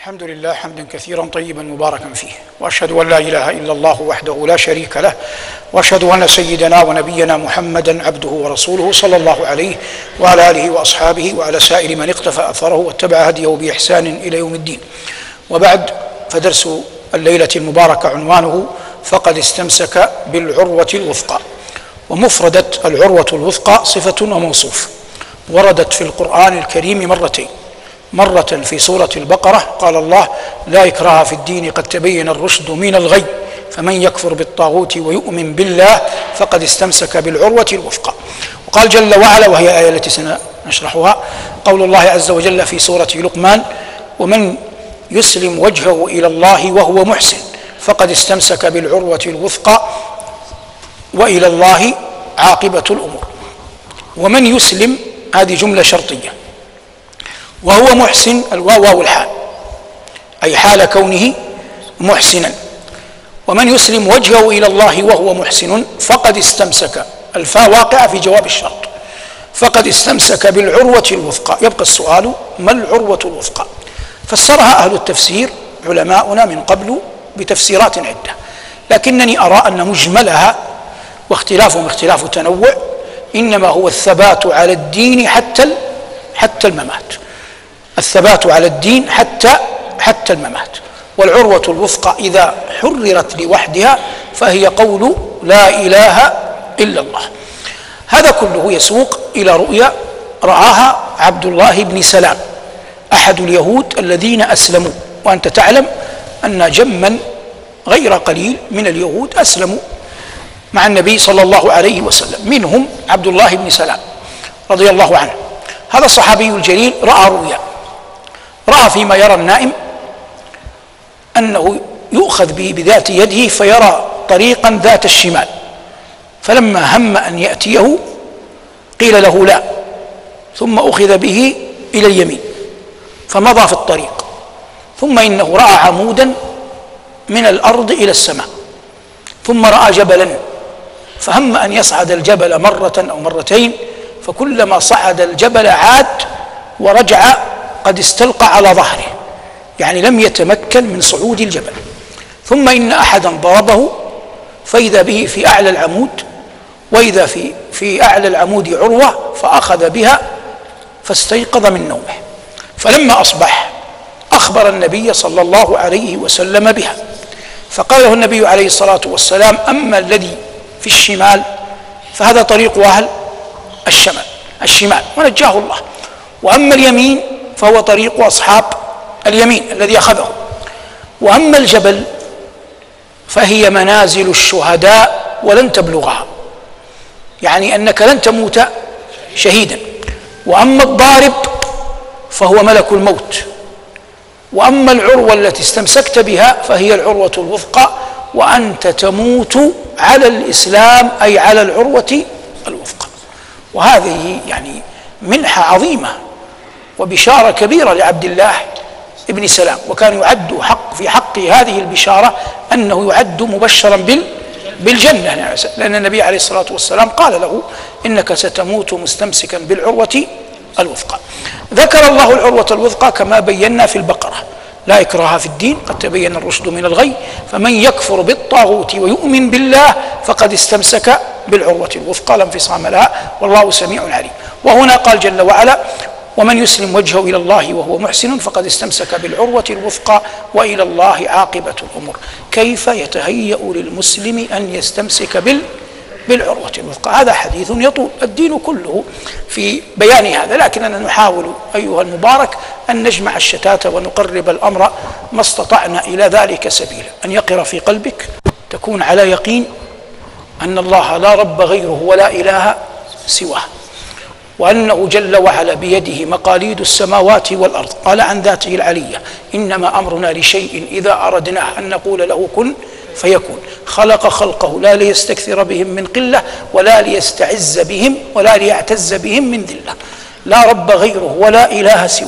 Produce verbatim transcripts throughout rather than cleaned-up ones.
الحمد لله حمدا كثيرا طيبا مباركا فيه، وأشهد أن لا إله إلا الله وحده لا شريك له، وأشهد أن سيدنا ونبينا محمدا عبده ورسوله صلى الله عليه وعلى آله وأصحابه وعلى سائر من اقتفى أثره واتبع هديه بإحسان إلى يوم الدين. وبعد، فدرس الليلة المباركة عنوانه فقد استمسك بالعروة الوثقى. ومفردة العروة الوثقى صفة وموصوف وردت في القرآن الكريم مرتين، مرة في سورة البقرة قال الله: لا إكراه في الدين قد تبين الرشد من الغي فمن يكفر بالطاغوت ويؤمن بالله فقد استمسك بالعروة الوثقى. وقال جل وعلا، وهي آية التي سنشرحها، قول الله عز وجل في سورة لقمان: ومن يسلم وجهه إلى الله وهو محسن فقد استمسك بالعروة الوثقى وإلى الله عاقبة الأمور. ومن يسلم هذه جملة شرطية، وهو محسن الواو واو الحال، أي حال كونه محسنا. ومن يسلم وجهه إلى الله وهو محسن فقد استمسك، الفاء واقعة في جواب الشرط، فقد استمسك بالعروة الوثقى. يبقى السؤال: ما العروة الوثقى؟ فسرها أهل التفسير علماؤنا من قبل بتفسيرات عدة، لكنني أرى أن مجملها واختلافهم اختلاف تنوع، إنما هو الثبات على الدين حتى حتى الممات، الثبات على الدين حتى حتى الممات. والعروة الوثقى إذا حررت لوحدها فهي قول لا إله إلا الله. هذا كله يسوق إلى رؤيا رآها عبد الله بن سلام أحد اليهود الذين أسلموا، وأنت تعلم أن جما غير قليل من اليهود أسلموا مع النبي صلى الله عليه وسلم، منهم عبد الله بن سلام رضي الله عنه. هذا الصحابي الجليل رأى رؤيا، رأى فيما يرى النائم أنه يؤخذ به بذات يده فيرى طريقا ذات الشمال، فلما هم أن يأتيه قيل له لا، ثم أخذ به إلى اليمين فمضى في الطريق، ثم إنه رأى عمودا من الأرض إلى السماء، ثم رأى جبلا فهم أن يصعد الجبل مرة أو مرتين، فكلما صعد الجبل عاد ورجع قد استلقى على ظهره، يعني لم يتمكن من صعود الجبل. ثم إن أحدا ضربه فإذا به في أعلى العمود، وإذا في في أعلى العمود عروة فأخذ بها فاستيقظ من نومه. فلما أصبح أخبر النبي صلى الله عليه وسلم بها، فقال له النبي عليه الصلاة والسلام: أما الذي في الشمال فهذا طريق أهل الشمال الشمال ونجاه الله، وأما اليمين فهو طريق أصحاب اليمين الذي أخذه، وأما الجبل فهي منازل الشهداء ولن تبلغها، يعني أنك لن تموت شهيدا. وأما الضارب فهو ملك الموت، وأما العروة التي استمسكت بها فهي العروة الوثقى، وأنت تموت على الإسلام، أي على العروة الوثقى. وهذه يعني منحة عظيمة وبشارة كبيرة لعبد الله ابن سلام، وكان يعد حق في حق هذه البشارة أنه يعد مبشرا بالجنة، لأن النبي عليه الصلاة والسلام قال له: إنك ستموت مستمسكا بالعروة الوثقى. ذكر الله العروة الوثقى كما بينا في البقرة: لا إكراه في الدين قد تبين الرشد من الغي فمن يكفر بالطاغوت ويؤمن بالله فقد استمسك بالعروة الوثقى لا انفصام لها والله سميع عليم. وهنا قال جل وعلا: ومن يسلم وجهه إلى الله وهو محسن فقد استمسك بالعروة الوثقى وإلى الله عاقبة الأمور. كيف يتهيأ للمسلم أن يستمسك بال بالعروة الوثقى؟ هذا حديث يطول، الدين كله في بيان هذا، لكننا نحاول أيها المبارك أن نجمع الشتات ونقرب الأمر ما استطعنا إلى ذلك سبيلا. أن يقر في قلبك، تكون على يقين أن الله لا رب غيره ولا إله سواه، وأنه جل وعلا بيده مقاليد السماوات والأرض. قال عن ذاته العلية: إنما أمرنا لشيء إذا أردناه أن نقول له كن فيكون. خلق خلقه لا ليستكثر بهم من قلة ولا ليستعز بهم ولا ليعتز بهم من ذلة. لا رب غيره ولا إله سواه.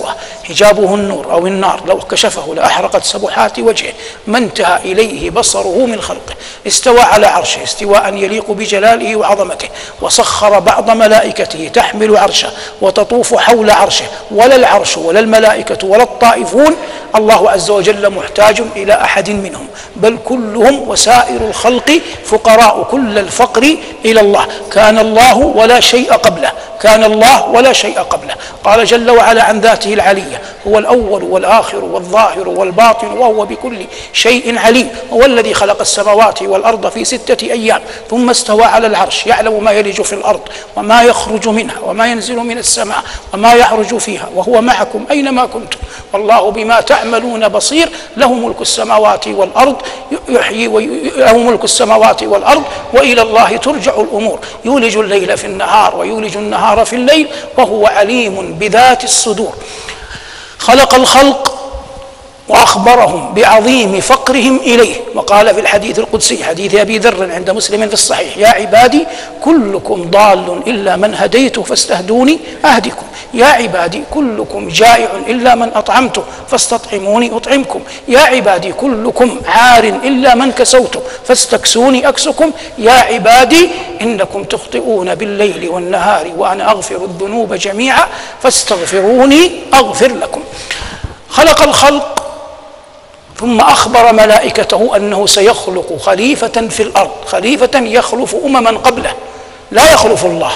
حجابه النور أو النار لو كشفه لأحرقت سبحات وجهه ما انتهى إليه بصره من خلقه. استوى على عرشه استواء يليق بجلاله وعظمته، وسخر بعض ملائكته تحمل عرشه وتطوف حول عرشه، ولا العرش ولا الملائكة ولا الطائفون الله عز وجل محتاج إلى أحد منهم، بل كلهم وسائر الخلق فقراء كل الفقر إلى الله. كان الله ولا شيء قبله، كان الله ولا شيء قبله. قال جل وعلا عن ذاته العلية: هو الأول والآخر والظاهر والباطن وهو بكل شيء عليم. هو الذي خلق السماوات والأرض في ستة أيام ثم استوى على العرش، يعلم ما يلج في الأرض وما يخرج منها وما ينزل من السماء وما يعرج فيها، وهو معكم أينما كنتم والله بما تعملون بصير. له ملك السماوات والأرض يحيي له ملك السماوات والأرض وإلى الله ترجع الأمور. يولج الليل في النهار ويولج النهار في الليل وهو عليم بذات الصدور. خلق الخلق وأخبرهم بعظيم فقرهم إليه، وقال في الحديث القدسي حديث أبي ذر عند مسلم في الصحيح: يا عبادي كلكم ضال إلا من هديته فاستهدوني أهدكم. يا عبادي كلكم جائع إلا من أطعمته فاستطعموني أطعمكم. يا عبادي كلكم عار إلا من كسوته فاستكسوني أكسكم. يا عبادي إنكم تخطئون بالليل والنهار وأنا أغفر الذنوب جميعا فاستغفروني أغفر لكم. خلق الخلق ثم أخبر ملائكته أنه سيخلق خليفة في الأرض، خليفة يخلف أمما قبله، لا يخلف الله،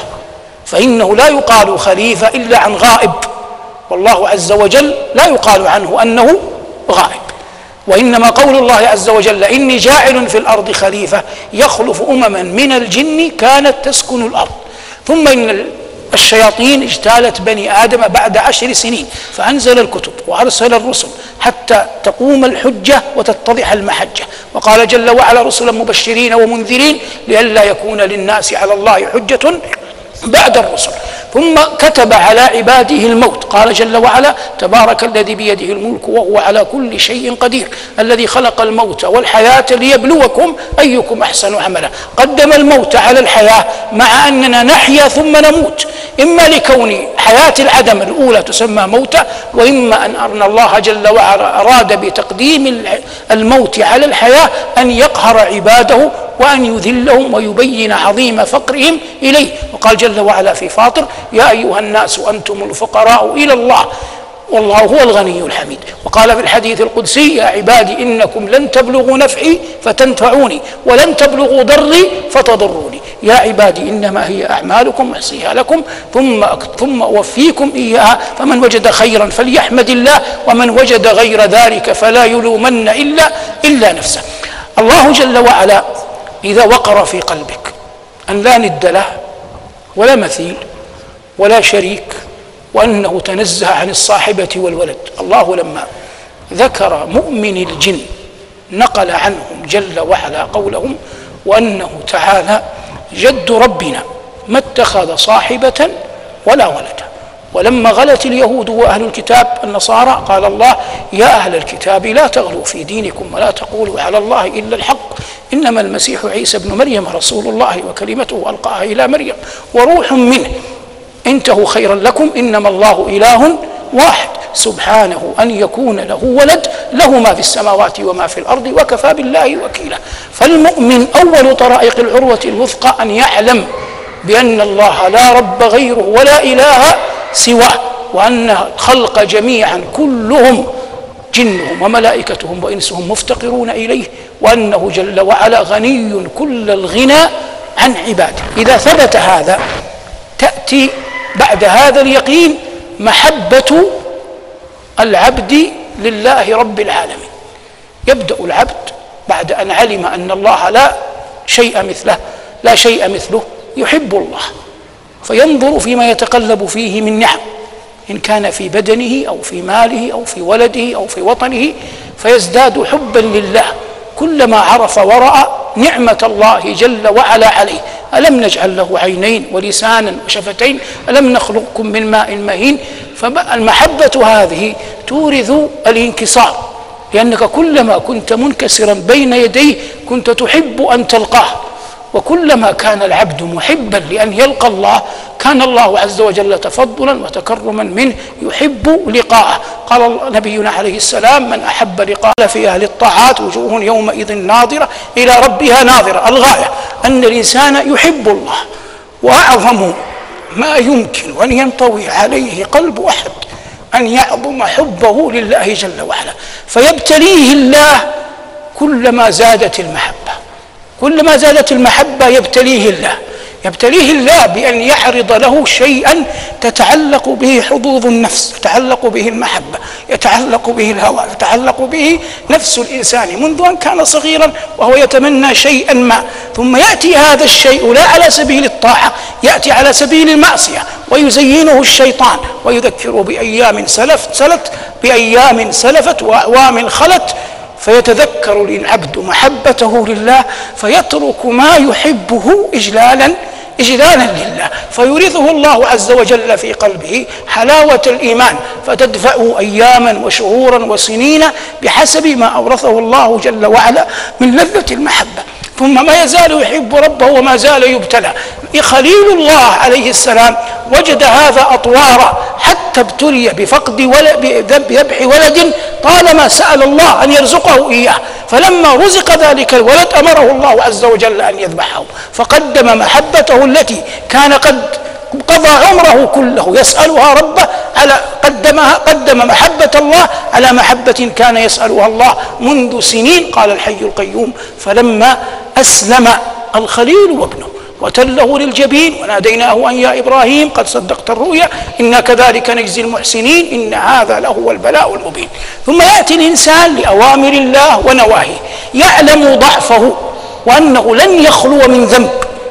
فإنه لا يقال خليفة إلا عن غائب، والله عز وجل لا يقال عنه أنه غائب، وإنما قول الله عز وجل: إني جاعل في الأرض خليفة يخلف أمما من الجن كانت تسكن الأرض. ثم إن الشياطين اجتالت بني آدم بعد عشر سنين فأنزل الكتب وأرسل الرسل حتى تقوم الحجة وتتضح المحجة، وقال جل وعلا: رسلا مبشرين ومنذرين لئلا يكون للناس على الله حجة بعد الرسل. ثم كتب على عباده الموت، قال جل وعلا: تبارك الذي بيده الملك وهو على كل شيء قدير الذي خلق الموت والحياة ليبلوكم أيكم أحسن عملا. قدم الموت على الحياة مع أننا نحيا ثم نموت، إما لكون حياة العدم الأولى تسمى موتا، وإما أن الله جل وعلا أراد بتقديم الموت على الحياة أن يقهر عباده وأن يذلهم ويبين عظيم فقرهم إليه. وقال جل وعلا في فاطر: يا أيها الناس أنتم الفقراء إلى الله والله هو الغني الحميد. وقال في الحديث القدسي: يا عبادي إنكم لن تبلغوا نفعي فتنفعوني ولن تبلغوا ضري فتضروني. يا عبادي إنما هي أعمالكم أحصيها لكم ثم ثم أوفيكم إياها فمن وجد خيرا فليحمد الله ومن وجد غير ذلك فلا يلومن إلا إلا نفسه. الله جل وعلا إذا وقر في قلبك أن لا ند له ولا مثيل ولا شريك وأنه تنزه عن الصاحبة والولد، الله لما ذكر مؤمن الجن نقل عنهم جل وعلا قولهم: وأنه تعالى جد ربنا ما اتخذ صاحبة ولا ولدا. ولما غلت اليهود وأهل الكتاب النصارى قال الله: يا أهل الكتاب لا تغلوا في دينكم ولا تقولوا على الله إلا الحق إنما المسيح عيسى ابن مريم رسول الله وكلمته ألقاها إلى مريم وروح منه انتهوا خيرا لكم إنما الله إله واحد سبحانه أن يكون له ولد له ما في السماوات وما في الأرض وكفى بالله وكيلا. فالمؤمن أول طرائق العروة الوثقى أن يعلم بأن الله لا رب غيره ولا إله سواه، وأن الخلق جميعا كلهم جنهم وملائكتهم وإنسهم مفتقرون إليه، وأنه جل وعلا غني كل الغنى عن عباده. إذا ثبت هذا تأتي بعد هذا اليقين محبة العبد لله رب العالمين. يبدأ العبد بعد أن علم أن الله لا شيء مثله لا شيء مثله يحب الله، فينظر فيما يتقلب فيه من نعم، إن كان في بدنه أو في ماله أو في ولده أو في وطنه، فيزداد حبا لله كلما عرف ورأى نعمة الله جل وعلا عليه. ألم نجعل له عينين ولسانا وشفتين ألم نخلقكم من ماء مهين. فالمحبة هذه تورث الانكسار، لأنك كلما كنت منكسرا بين يديه كنت تحب أن تلقاه، وكلما كان العبد محبا لأن يلقى الله كان الله عز وجل تفضلا وتكرما منه يحب لقاءه. قال نبينا عليه السلام: من أحب لقاء في أهل الطاعات وجوه يومئذ ناظرة إلى ربها ناظرة. الغاية أن الإنسان يحب الله، وأعظم ما يمكن أن ينطوي عليه قلب أحد أن يعظم حبه لله جل وعلا، فيبتليه الله كلما زادت المحبة، كلما زادت المحبة يبتليه الله يبتليه الله بأن يعرض له شيئا تتعلق به حظوظ النفس، يتعلق به المحبة، يتعلق به الهوى، يتعلق به نفس الإنسان منذ أن كان صغيرا وهو يتمنى شيئا ما، ثم يأتي هذا الشيء لا على سبيل الطاعة، يأتي على سبيل المعصية، ويزينه الشيطان ويذكره بأيام سلف سلت بأيام سلفت وأعوام خلت، فيتذكر العبد محبته لله فيترك ما يحبه إجلالا إجلالا لله، فيورثه الله عز وجل في قلبه حلاوة الإيمان، فتدفعه أياما وشهورا وسنين بحسب ما أورثه الله جل وعلا من لذة المحبة، ثم ما يزال يحب ربه وما زال يبتلى. خليل الله عليه السلام وجد هذا أطوارا حتى ابتلي بفقد ولد بذبح ولد طالما سأل الله أن يرزقه إياه، فلما رزق ذلك الولد أمره الله عز وجل أن يذبحه، فقدم محبته التي كان قد قضى عمره كله يسألها ربه على قدمها قدم محبة الله على محبة كان يسألها الله منذ سنين. قال الحي القيوم: فلما أسلم الخليل وابنه وتله للجبين وناديناه أن يا إبراهيم قد صدقت الرؤيا إنا كذلك نجزي المحسنين إن هذا لهو البلاء المبين. ثم يأتي الإنسان لأوامر الله ونواهيه، يعلم ضعفه وأنه لن يخلو من ذنب،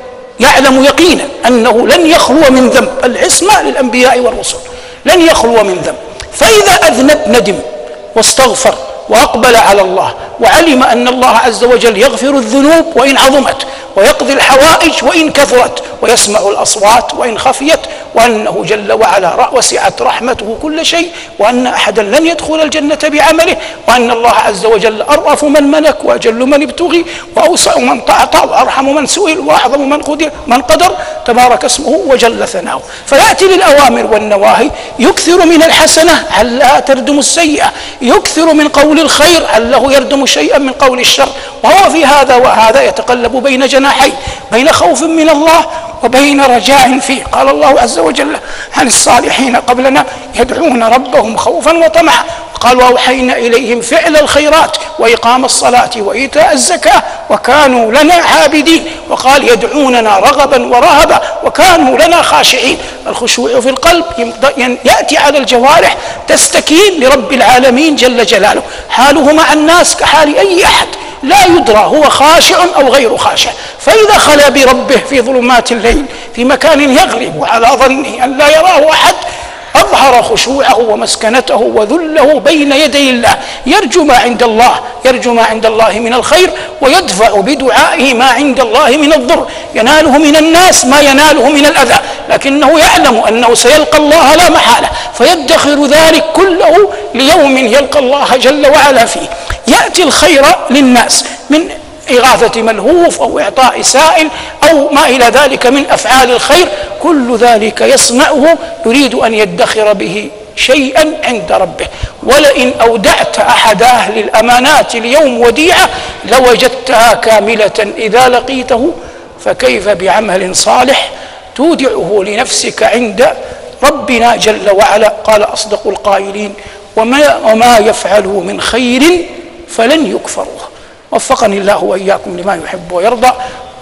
يعلم يقينا أنه لن يخلو من ذنب، العصمة للأنبياء والرسل، لن يخلو من ذنب، فإذا أذنب ندم واستغفر وأقبل على الله وعلم أن الله عز وجل يغفر الذنوب وإن عظمت ويقضي الحوائج وإن كثرت ويسمع الأصوات وإن خفيت، وأنه جل وعلا وسعت رحمته كل شيء، وأن أحدا لن يدخل الجنة بعمله، وأن الله عز وجل أرأف من ملك وأجل من ابتغي وأوسع من تعطى وأرحم من سئل وأعظم من قدر من قدر تبارك اسمه وجل ثناؤه. فيأتي للأوامر والنواهي، يكثر من الحسنة علها تردم السيئة، يكثر من قول الخير علّه يردم شيئا من قول الشر، وهو في هذا وهذا يتقلب بين جناحين، بين خوف من الله وبين رجاء فيه. قال الله عز وجل عن الصالحين قبلنا: يدعون ربهم خوفا وطمعا، قال: وأوحينا إليهم فعل الخيرات وإقام الصلاة وإيتاء الزكاة وكانوا لنا عابدين، وقال: يدعوننا رغبا ورهبا وكانوا لنا خاشعين. الخشوع في القلب يأتي على الجوارح تستكين لرب العالمين جل جلاله، حاله مع الناس كحال أي أحد، لا يدرى هو خاشع أو غير خاشع، فإذا خلا بربه في ظلمات الليل في مكان يغلب على ظنه أن لا يراه أحد أظهر خشوعه ومسكنته وذله بين يدي الله، يرجو ما عند الله يرجو ما عند الله من الخير، ويدفع بدعائه ما عند الله من الضر، يناله من الناس ما يناله من الأذى، لكنه يعلم أنه سيلقى الله لا محالة، فيدخر ذلك كله ليوم يلقى الله جل وعلا فيه. يأتي الخير للناس من إغاثة ملهوف أو إعطاء سائل أو ما إلى ذلك من أفعال الخير، كل ذلك يصنعه يريد أن يدخر به شيئا عند ربه. ولئن أودعت أحد أهل الأمانات اليوم وديعة لوجدتها كاملة إذا لقيته، فكيف بعمل صالح تودعه لنفسك عند ربنا جل وعلا. قال أصدق القائلين: وما, وما يفعلوا من خير فلن يكفروه. وفقني الله وإياكم لما يحب ويرضى،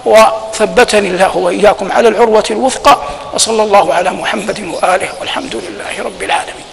وثبتني الله وإياكم على العروة الوثقى، وصلى الله على محمد وآله، والحمد لله رب العالمين.